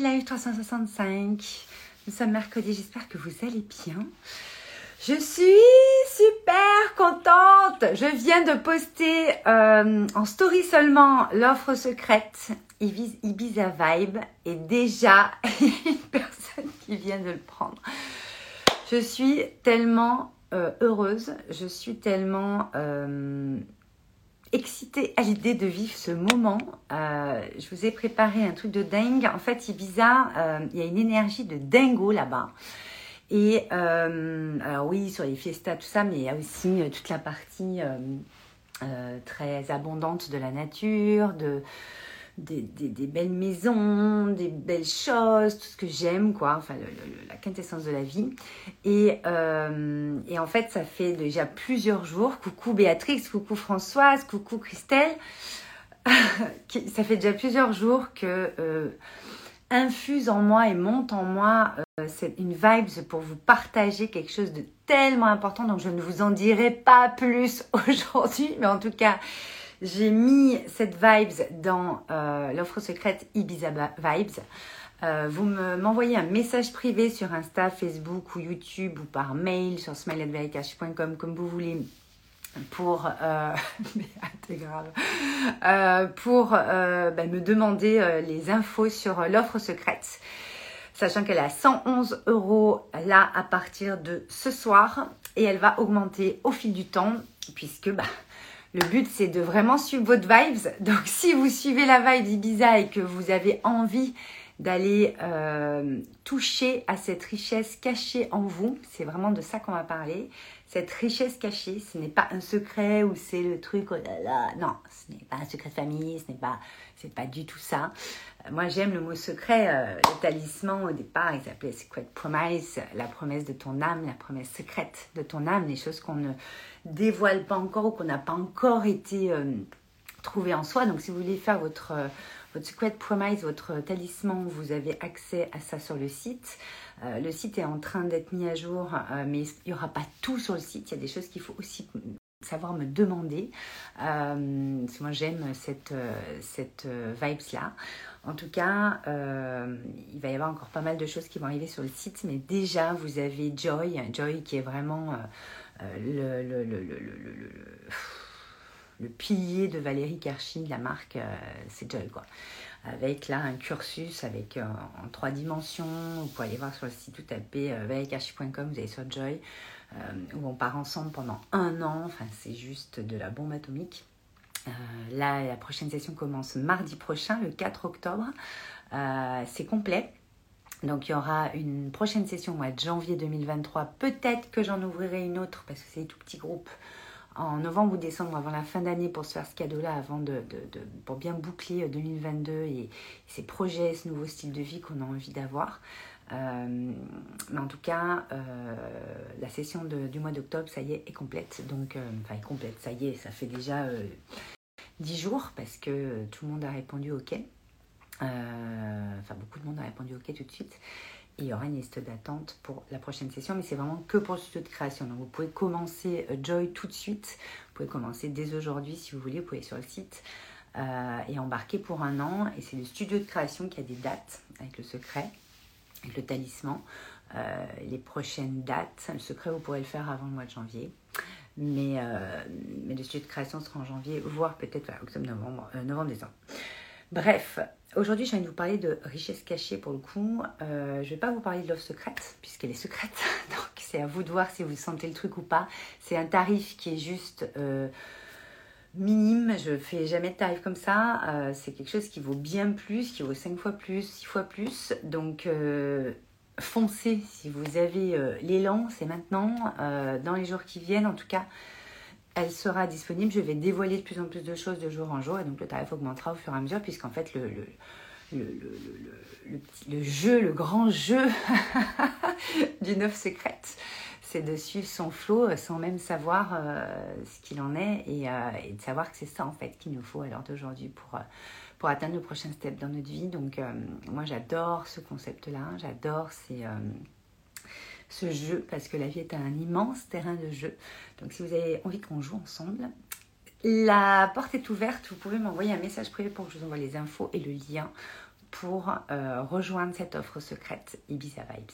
Live 365. Nous sommes mercredi, j'espère que vous allez bien. Je suis super contente. Je viens de poster en story seulement l'offre secrète Ibiza Vibe et déjà il y a une personne qui vient de le prendre. Je suis tellement heureuse, je suis tellement excitée à l'idée de vivre ce moment. Je vous ai préparé un truc de dingue. En fait, Ibiza, il y a une énergie de dingo là-bas. Et alors oui, sur les fiestas, tout ça, mais il y a aussi toute la partie très abondante de la nature, des belles maisons, des belles choses, tout ce que j'aime, quoi. Enfin, la quintessence de la vie. Et en fait, ça fait déjà plusieurs jours. Coucou Béatrix, coucou Françoise, coucou Christelle. Ça fait déjà plusieurs jours que infuse en moi et monte en moi c'est une vibe pour vous partager quelque chose de tellement important. Donc, je ne vous en dirai pas plus aujourd'hui. Mais en tout cas, j'ai mis cette vibes dans l'offre secrète Ibiza Vibes. Vous m'envoyez un message privé sur Insta, Facebook ou YouTube ou par mail sur smile@verycash.com comme vous voulez pour c'est grave pour me demander les infos sur l'offre secrète, sachant qu'elle est à 111 € là à partir de ce soir et elle va augmenter au fil du temps puisque le but c'est de vraiment suivre votre vibes. Donc si vous suivez la vibe Ibiza et que vous avez envie d'aller toucher à cette richesse cachée en vous, c'est vraiment de ça qu'on va parler. Cette richesse cachée, ce n'est pas un secret ou c'est le truc, oh là là, non, ce n'est pas un secret de famille, c'est pas du tout ça. Moi, j'aime le mot secret, le talisman au départ, il s'appelait Secret Promise, la promesse de ton âme, la promesse secrète de ton âme, les choses qu'on ne dévoile pas encore ou qu'on n'a pas encore été trouvées en soi. Donc, si vous voulez faire votre Secret Promise, votre talisman, vous avez accès à ça sur le site. Le site est en train d'être mis à jour, mais il n'y aura pas tout sur le site. Il y a des choses qu'il faut aussi savoir me demander. Parce que moi, j'aime cette vibes-là. En tout cas, il va y avoir encore pas mal de choses qui vont arriver sur le site. Mais déjà, vous avez Joy qui est vraiment le pilier de Valérie Karchi, la marque, c'est Joy, quoi. Avec là un cursus avec en 3 dimensions. Vous pouvez aller voir sur le site, tout taper verykarchi.com, vous allez sur Joy, où on part ensemble pendant 1 an. Enfin, c'est juste de la bombe atomique. Là, la prochaine session commence mardi prochain, le 4 octobre. C'est complet. Donc, il y aura une prochaine session au mois de janvier 2023. Peut-être que j'en ouvrirai une autre parce que c'est des tout petits groupes en novembre ou décembre avant la fin d'année pour se faire ce cadeau-là, avant pour bien boucler 2022 et ces projets, ce nouveau style de vie qu'on a envie d'avoir. Mais en tout cas, la session du mois d'octobre, ça y est complète. Donc, est complète, ça y est, ça fait déjà 10 jours parce que tout le monde a répondu OK. Beaucoup de monde a répondu OK tout de suite. Et il y aura une liste d'attente pour la prochaine session, mais c'est vraiment que pour le studio de création. Donc, vous pouvez commencer Joy tout de suite. Vous pouvez commencer dès aujourd'hui si vous voulez. Vous pouvez aller sur le site et embarquer pour 1 an. Et c'est le studio de création qui a des dates avec le secret, avec le talisman. Les prochaines dates, le secret, vous pourrez le faire avant le mois de janvier. Mais le studio de création sera en janvier, voire peut-être octobre, novembre, décembre. Bref, aujourd'hui, j'ai envie de vous parler de richesse cachée pour le coup. Je ne vais pas vous parler de l'offre secrète, puisqu'elle est secrète. Donc, c'est à vous de voir si vous sentez le truc ou pas. C'est un tarif qui est juste minime. Je ne fais jamais de tarif comme ça. C'est quelque chose qui vaut bien plus, qui vaut 5 fois plus, 6 fois plus. Donc, foncez si vous avez l'élan. C'est maintenant, dans les jours qui viennent en tout cas. Elle sera disponible, je vais dévoiler de plus en plus de choses de jour en jour et donc le tarif augmentera au fur et à mesure puisqu'en fait le grand jeu d'une offre secrète, c'est de suivre son flow sans même savoir ce qu'il en est et de savoir que c'est ça en fait qu'il nous faut à l'heure d'aujourd'hui pour atteindre le prochain step dans notre vie. Donc moi j'adore ce concept-là, j'adore ce jeu, parce que la vie est un immense terrain de jeu. Donc si vous avez envie qu'on joue ensemble, la porte est ouverte. Vous pouvez m'envoyer un message privé pour que je vous envoie les infos et le lien pour rejoindre cette offre secrète Ibiza Vibes.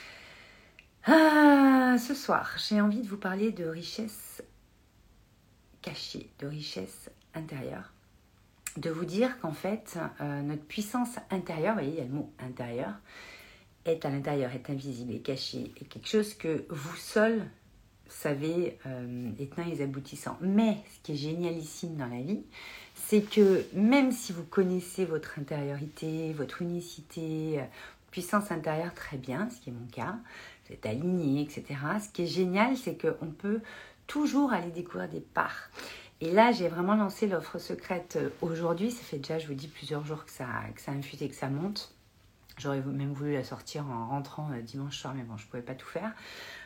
Ce soir, j'ai envie de vous parler de richesse cachée, de richesse intérieure. De vous dire qu'en fait, notre puissance intérieure, vous voyez, il y a le mot intérieur, est à l'intérieur, est invisible, est caché, est quelque chose que vous seul savez les tenants et les aboutissants. Mais ce qui est génialissime dans la vie, c'est que même si vous connaissez votre intériorité, votre unicité, puissance intérieure très bien, ce qui est mon cas, vous êtes aligné, etc. Ce qui est génial, c'est qu'on peut toujours aller découvrir des parts. Et là, j'ai vraiment lancé l'offre secrète aujourd'hui. Ça fait déjà, je vous dis, plusieurs jours que ça infuse et que ça monte. J'aurais même voulu la sortir en rentrant dimanche soir, mais bon, je ne pouvais pas tout faire.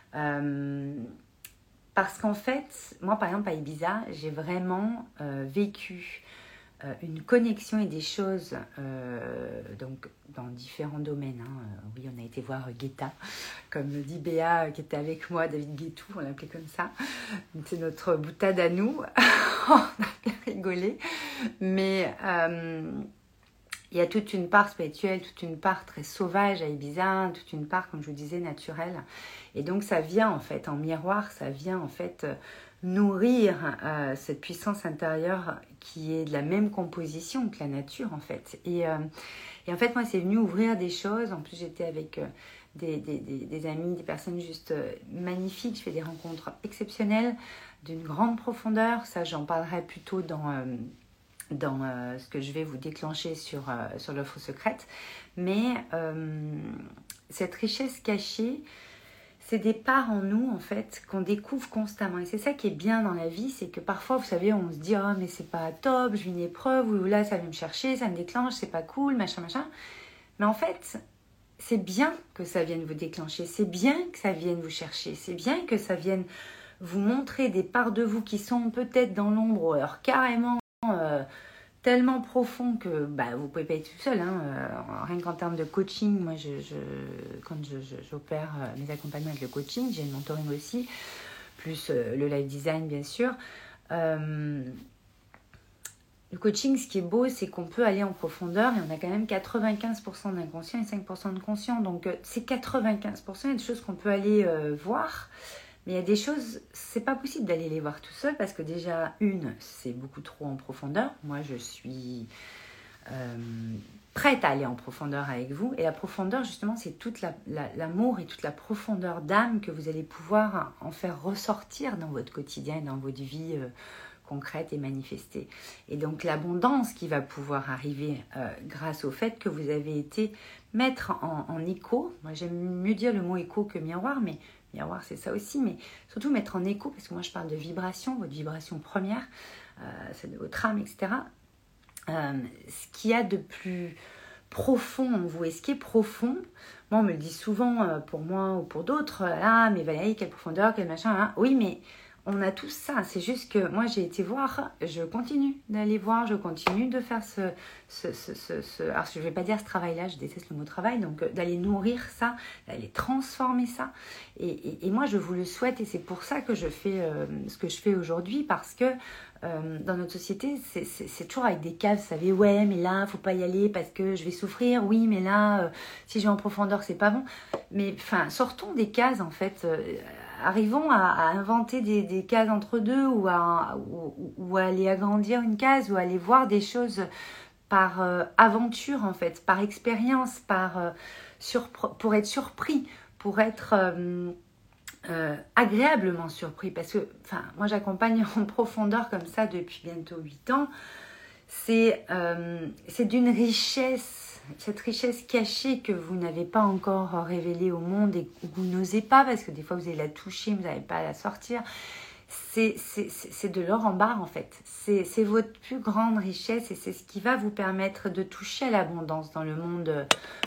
Parce qu'en fait, moi, par exemple, à Ibiza, j'ai vraiment vécu une connexion et des choses donc dans différents domaines. Oui, on a été voir Guetta, comme dit Béa qui était avec moi, David Guettou, on l'appelait comme ça. C'est notre boutade à nous. On a bien rigolé. Mais il y a toute une part spirituelle, toute une part très sauvage à Ibiza, toute une part, comme je vous disais, naturelle. Et donc ça vient en fait en miroir, ça vient en fait nourrir cette puissance intérieure qui est de la même composition que la nature en fait. Et en fait, moi, c'est venu ouvrir des choses. En plus, j'étais avec des amis, des personnes juste magnifiques. Je fais des rencontres exceptionnelles, d'une grande profondeur. Ça, j'en parlerai plutôt dans ce que je vais vous déclencher sur l'offre secrète. Mais cette richesse cachée, c'est des parts en nous, en fait, qu'on découvre constamment. Et c'est ça qui est bien dans la vie, c'est que parfois, vous savez, on se dit « Oh, mais c'est pas top, je vis une épreuve, ou là, ça vient me chercher, ça me déclenche, c'est pas cool, machin, machin. » Mais en fait, c'est bien que ça vienne vous déclencher, c'est bien que ça vienne vous chercher, c'est bien que ça vienne vous montrer des parts de vous qui sont peut-être dans l'ombre, ou alors carrément tellement profond que vous ne pouvez pas être tout seul. Rien qu'en termes de coaching, moi, quand j'opère mes accompagnements avec le coaching, j'ai le mentoring aussi, plus le life design, bien sûr. Le coaching, ce qui est beau, c'est qu'on peut aller en profondeur et on a quand même 95% d'inconscient et 5% de conscient. Donc, c'est 95%, il y a des choses qu'on peut aller voir. Mais il y a des choses, c'est pas possible d'aller les voir tout seul parce que déjà, c'est beaucoup trop en profondeur. Moi, je suis prête à aller en profondeur avec vous. Et la profondeur, justement, c'est toute l'amour et toute la profondeur d'âme que vous allez pouvoir en faire ressortir dans votre quotidien et dans votre vie concrète et manifestée. Et donc, l'abondance qui va pouvoir arriver grâce au fait que vous avez été mettre en écho. Moi, j'aime mieux dire le mot écho que miroir, mais miroir, c'est ça aussi, mais surtout mettre en écho, parce que moi, je parle de vibration, votre vibration première, celle de votre âme, etc. Ce qu'il y a de plus profond en vous, et ce qui est profond, moi, on me le dit souvent pour moi ou pour d'autres, mais Valérie, quelle profondeur, quel machin, hein. Oui, mais on a tous ça, c'est juste que moi j'ai été voir, je continue d'aller voir, je continue de faire alors je ne vais pas dire ce travail-là, je déteste le mot travail, donc d'aller nourrir ça, d'aller transformer ça. Et moi je vous le souhaite et c'est pour ça que je fais ce que je fais aujourd'hui parce que dans notre société, c'est toujours avec des cases, vous savez, ouais, mais là, faut pas y aller parce que je vais souffrir, oui, mais là, si je vais en profondeur, c'est pas bon. Mais enfin, sortons des cases en fait. Arrivons à inventer des cases entre deux ou à aller agrandir une case ou à aller voir des choses par aventure en fait, par expérience, pour être surpris, pour être agréablement surpris. Parce que moi j'accompagne en profondeur comme ça depuis bientôt 8 ans. C'est d'une richesse. Cette richesse cachée que vous n'avez pas encore révélée au monde et que vous n'osez pas parce que des fois vous allez la toucher, vous n'avez pas à la sortir. C'est de l'or en barre en fait. C'est votre plus grande richesse et c'est ce qui va vous permettre de toucher à l'abondance dans le monde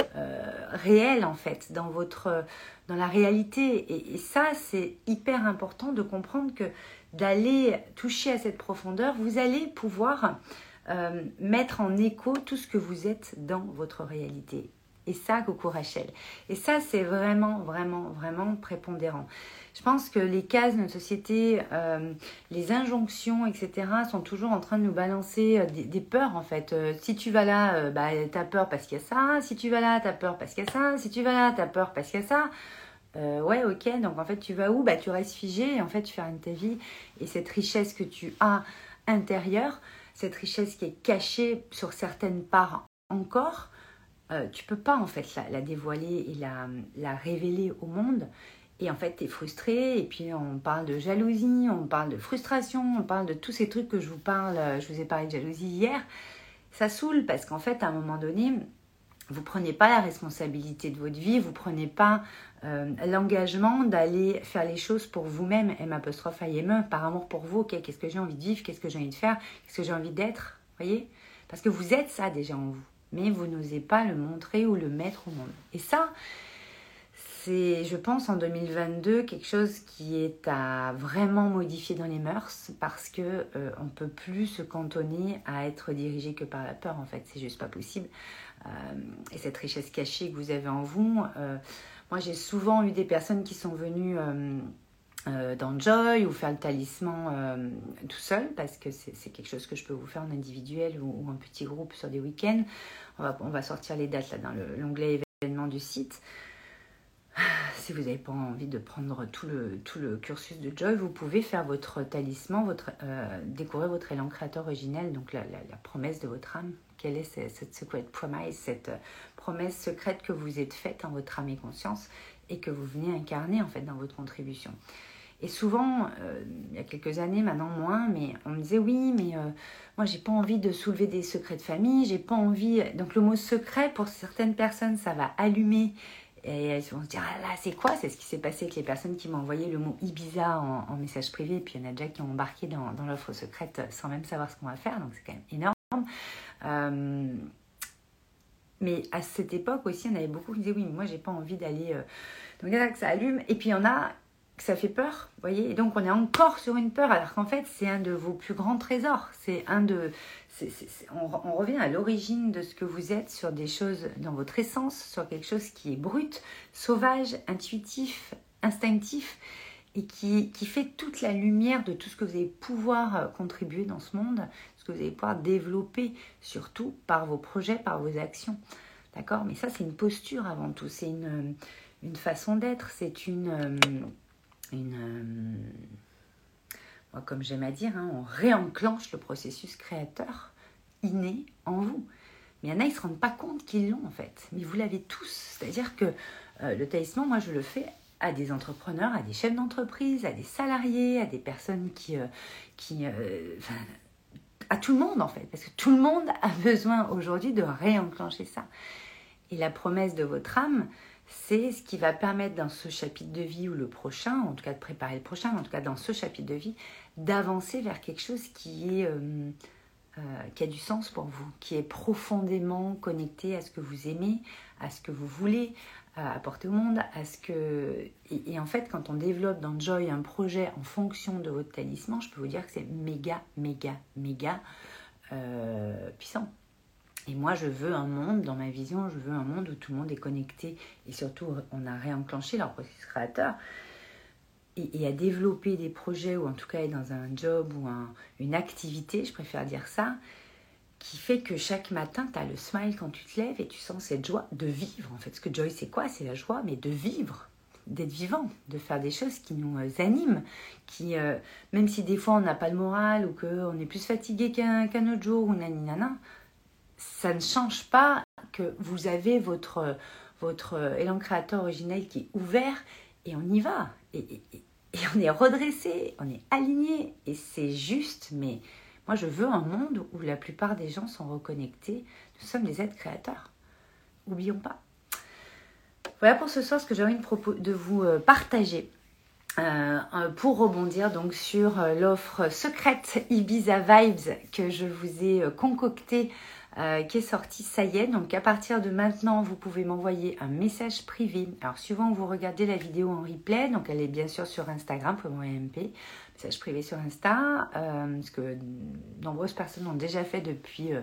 réel en fait, dans la réalité. Et ça, c'est hyper important de comprendre que d'aller toucher à cette profondeur, vous allez pouvoir mettre en écho tout ce que vous êtes dans votre réalité. Et ça, coucou Rachel. Et ça, c'est vraiment, vraiment, vraiment prépondérant. Je pense que les cases de notre société, les injonctions, etc., sont toujours en train de nous balancer des peurs, en fait. Si tu vas là, t'as peur parce qu'il y a ça. Si tu vas là, t'as peur parce qu'il y a ça. Si tu vas là, t'as peur parce qu'il y a ça. Ouais, ok. Donc, en fait, tu vas où? Tu restes figé et en fait, tu fais rien de ta vie. Et cette richesse que tu as intérieure, cette richesse qui est cachée sur certaines parts encore, tu peux pas en fait la dévoiler et la révéler au monde. Et en fait, tu es frustré. Et puis, on parle de jalousie, on parle de frustration, on parle de tous ces trucs que je vous parle. Je vous ai parlé de jalousie hier. Ça saoule parce qu'en fait, à un moment donné, vous prenez pas la responsabilité de votre vie, vous prenez pas l'engagement d'aller faire les choses pour vous-même, M', par amour pour vous. Ok, qu'est-ce que j'ai envie de vivre, qu'est-ce que j'ai envie de faire, qu'est-ce que j'ai envie d'être, voyez? Parce que vous êtes ça déjà en vous, mais vous n'osez pas le montrer ou le mettre au monde. Et ça, c'est, je pense, en 2022, quelque chose qui est à vraiment modifier dans les mœurs parce que on peut plus se cantonner à être dirigé que par la peur. En fait, c'est juste pas possible. Et cette richesse cachée que vous avez en vous, moi, j'ai souvent eu des personnes qui sont venues dans Joy ou faire le talisman tout seul parce que c'est quelque chose que je peux vous faire en individuel ou en petit groupe sur des week-ends. On va sortir les dates là dans l'onglet événements du site. Si vous n'avez pas envie de prendre tout le cursus de Joy, vous pouvez faire votre talisman, découvrir votre élan créateur originel, donc la promesse de votre âme. Quelle est cette secret promise, cette promesse secrète que vous êtes faite en votre âme et conscience et que vous venez incarner en fait dans votre contribution. Et souvent, il y a quelques années, maintenant moins, mais on me disait oui, mais moi j'ai pas envie de soulever des secrets de famille, j'ai pas envie. Donc le mot secret pour certaines personnes, ça va allumer. Et elles vont se dire, ah là, c'est quoi? C'est ce qui s'est passé avec les personnes qui m'ont envoyé le mot Ibiza en message privé. Et puis, il y en a déjà qui ont embarqué dans l'offre secrète sans même savoir ce qu'on va faire. Donc, c'est quand même énorme. Mais à cette époque aussi, il y en avait beaucoup qui disaient, oui, mais moi, j'ai pas envie d'aller... Donc, il y en a que ça allume. Et puis, il y en a que ça fait peur, vous voyez. Et donc, on est encore sur une peur. Alors qu'en fait, c'est un de vos plus grands trésors. On revient à l'origine de ce que vous êtes sur des choses dans votre essence, sur quelque chose qui est brut, sauvage, intuitif, instinctif et qui fait toute la lumière de tout ce que vous allez pouvoir contribuer dans ce monde, ce que vous allez pouvoir développer, surtout par vos projets, par vos actions. D'accord? Mais ça, c'est une posture avant tout, c'est une façon d'être, c'est moi, comme j'aime à dire, on réenclenche le processus créateur inné en vous. Mais il y en a, ils ne se rendent pas compte qu'ils l'ont en fait. Mais vous l'avez tous. C'est-à-dire que le talisman, moi, je le fais à des entrepreneurs, à des chefs d'entreprise, à des salariés, à des personnes à tout le monde en fait. Parce que tout le monde a besoin aujourd'hui de réenclencher ça. Et la promesse de votre âme, c'est ce qui va permettre dans ce chapitre de vie ou le prochain, en tout cas de préparer le prochain, en tout cas dans ce chapitre de vie, d'avancer vers quelque chose qui a du sens pour vous, qui est profondément connecté à ce que vous aimez, à ce que vous voulez apporter au monde, et en fait, quand on développe dans Joy un projet en fonction de votre talisman, je peux vous dire que c'est méga, méga, méga puissant. Et moi, je veux un monde, dans ma vision, je veux un monde où tout le monde est connecté et surtout, on a réenclenché leur processus créateur et à développer des projets ou en tout cas être dans un job ou une activité, je préfère dire ça, qui fait que chaque matin, tu as le smile quand tu te lèves et tu sens cette joie de vivre. En fait, ce que Joy, c'est quoi? C'est la joie, mais de vivre, d'être vivant, de faire des choses qui nous animent, qui, même si des fois on n'a pas le moral ou qu'on est plus fatigué qu'un autre jour ou naninana, ça ne change pas que vous avez votre élan créateur originel qui est ouvert et on y va. Et on est redressé, on est aligné et c'est juste. Mais moi, je veux un monde où la plupart des gens sont reconnectés. Nous sommes des êtres créateurs. Oublions pas. Voilà pour ce soir ce que j'ai envie de vous partager. Pour rebondir donc sur l'offre secrète Ibiza Vibes que je vous ai concoctée, qui est sortie, ça y est. Donc à partir de maintenant, vous pouvez m'envoyer un message privé. Alors suivant que vous regardez la vidéo en replay, donc elle est bien sûr sur Instagram, pour mon MP, message privé sur Insta, parce que nombreuses personnes l'ont déjà fait depuis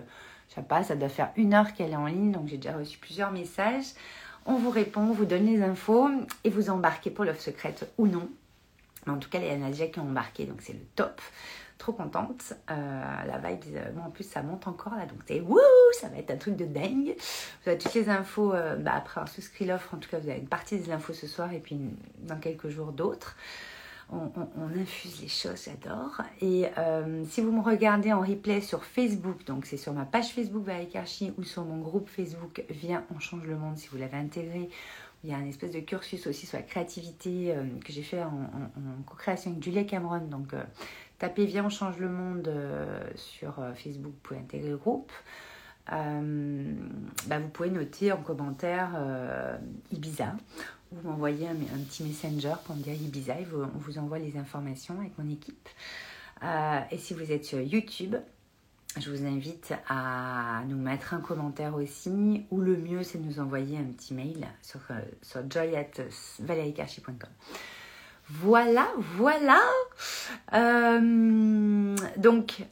Je sais pas, ça doit faire 1 heure qu'elle est en ligne, donc j'ai déjà reçu plusieurs messages. On vous répond, on vous donne les infos et vous embarquez pour l'offre secrète ou non. Mais en tout cas, il y en a déjà qui ont embarqué, donc c'est le top. Trop contente. La vibe, moi en plus, ça monte encore là, donc c'est wouh, ça va être un truc de dingue. Vous avez toutes les infos après avoir souscrit l'offre. En tout cas, vous avez une partie des infos ce soir et puis dans quelques jours d'autres. On infuse les choses, j'adore. Et si vous me regardez en replay sur Facebook, donc c'est sur ma page Facebook Valérie Karchi ou sur mon groupe Facebook Viens, on change le monde, si vous l'avez intégré. Il y a un espèce de cursus aussi sur la créativité que j'ai fait en co-création avec Julia Cameron. Donc tapez Viens, on change le monde sur Facebook, vous pouvez intégrer le groupe. Vous pouvez noter en commentaire Ibiza. Vous m'envoyez un petit messenger pour me dire Ibiza et on vous envoie les informations avec mon équipe. Et si vous êtes sur YouTube, je vous invite à nous mettre un commentaire aussi, ou le mieux c'est de nous envoyer un petit mail sur joy@valériekarchi.com. Voilà. Donc,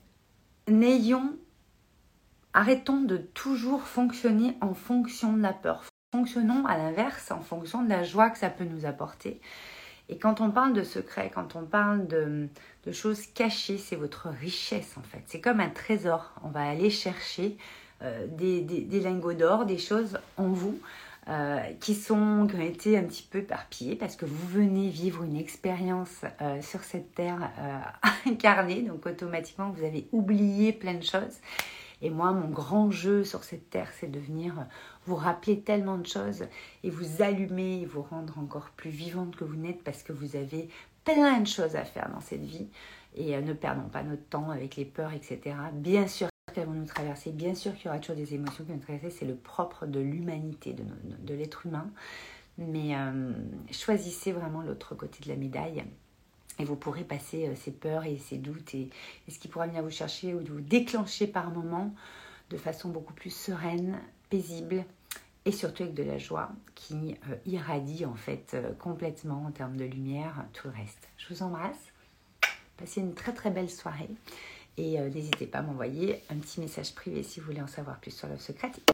arrêtons de toujours fonctionner en fonction de la peur. Fonctionnons à l'inverse, en fonction de la joie que ça peut nous apporter. Et quand on parle de secrets, quand on parle de choses cachées, c'est votre richesse en fait. C'est comme un trésor. On va aller chercher des lingots d'or, des choses en vous qui ont été un petit peu éparpillées parce que vous venez vivre une expérience sur cette terre incarnée. Donc automatiquement, vous avez oublié plein de choses. Et moi, mon grand jeu sur cette terre, c'est de venir vous rappeler tellement de choses et vous allumer et vous rendre encore plus vivante que vous n'êtes parce que vous avez plein de choses à faire dans cette vie. Et ne perdons pas notre temps avec les peurs, etc. Bien sûr qu'elles vont nous traverser, bien sûr qu'il y aura toujours des émotions qui vont nous traverser. C'est le propre de l'humanité, de l'être humain. Mais choisissez vraiment l'autre côté de la médaille. Et vous pourrez passer ces peurs et ces doutes et ce qui pourra venir vous chercher ou vous déclencher par moments de façon beaucoup plus sereine, paisible et surtout avec de la joie qui irradie en fait complètement en termes de lumière tout le reste. Je vous embrasse. Passez une très très belle soirée et n'hésitez pas à m'envoyer un petit message privé si vous voulez en savoir plus sur l'offre secrète.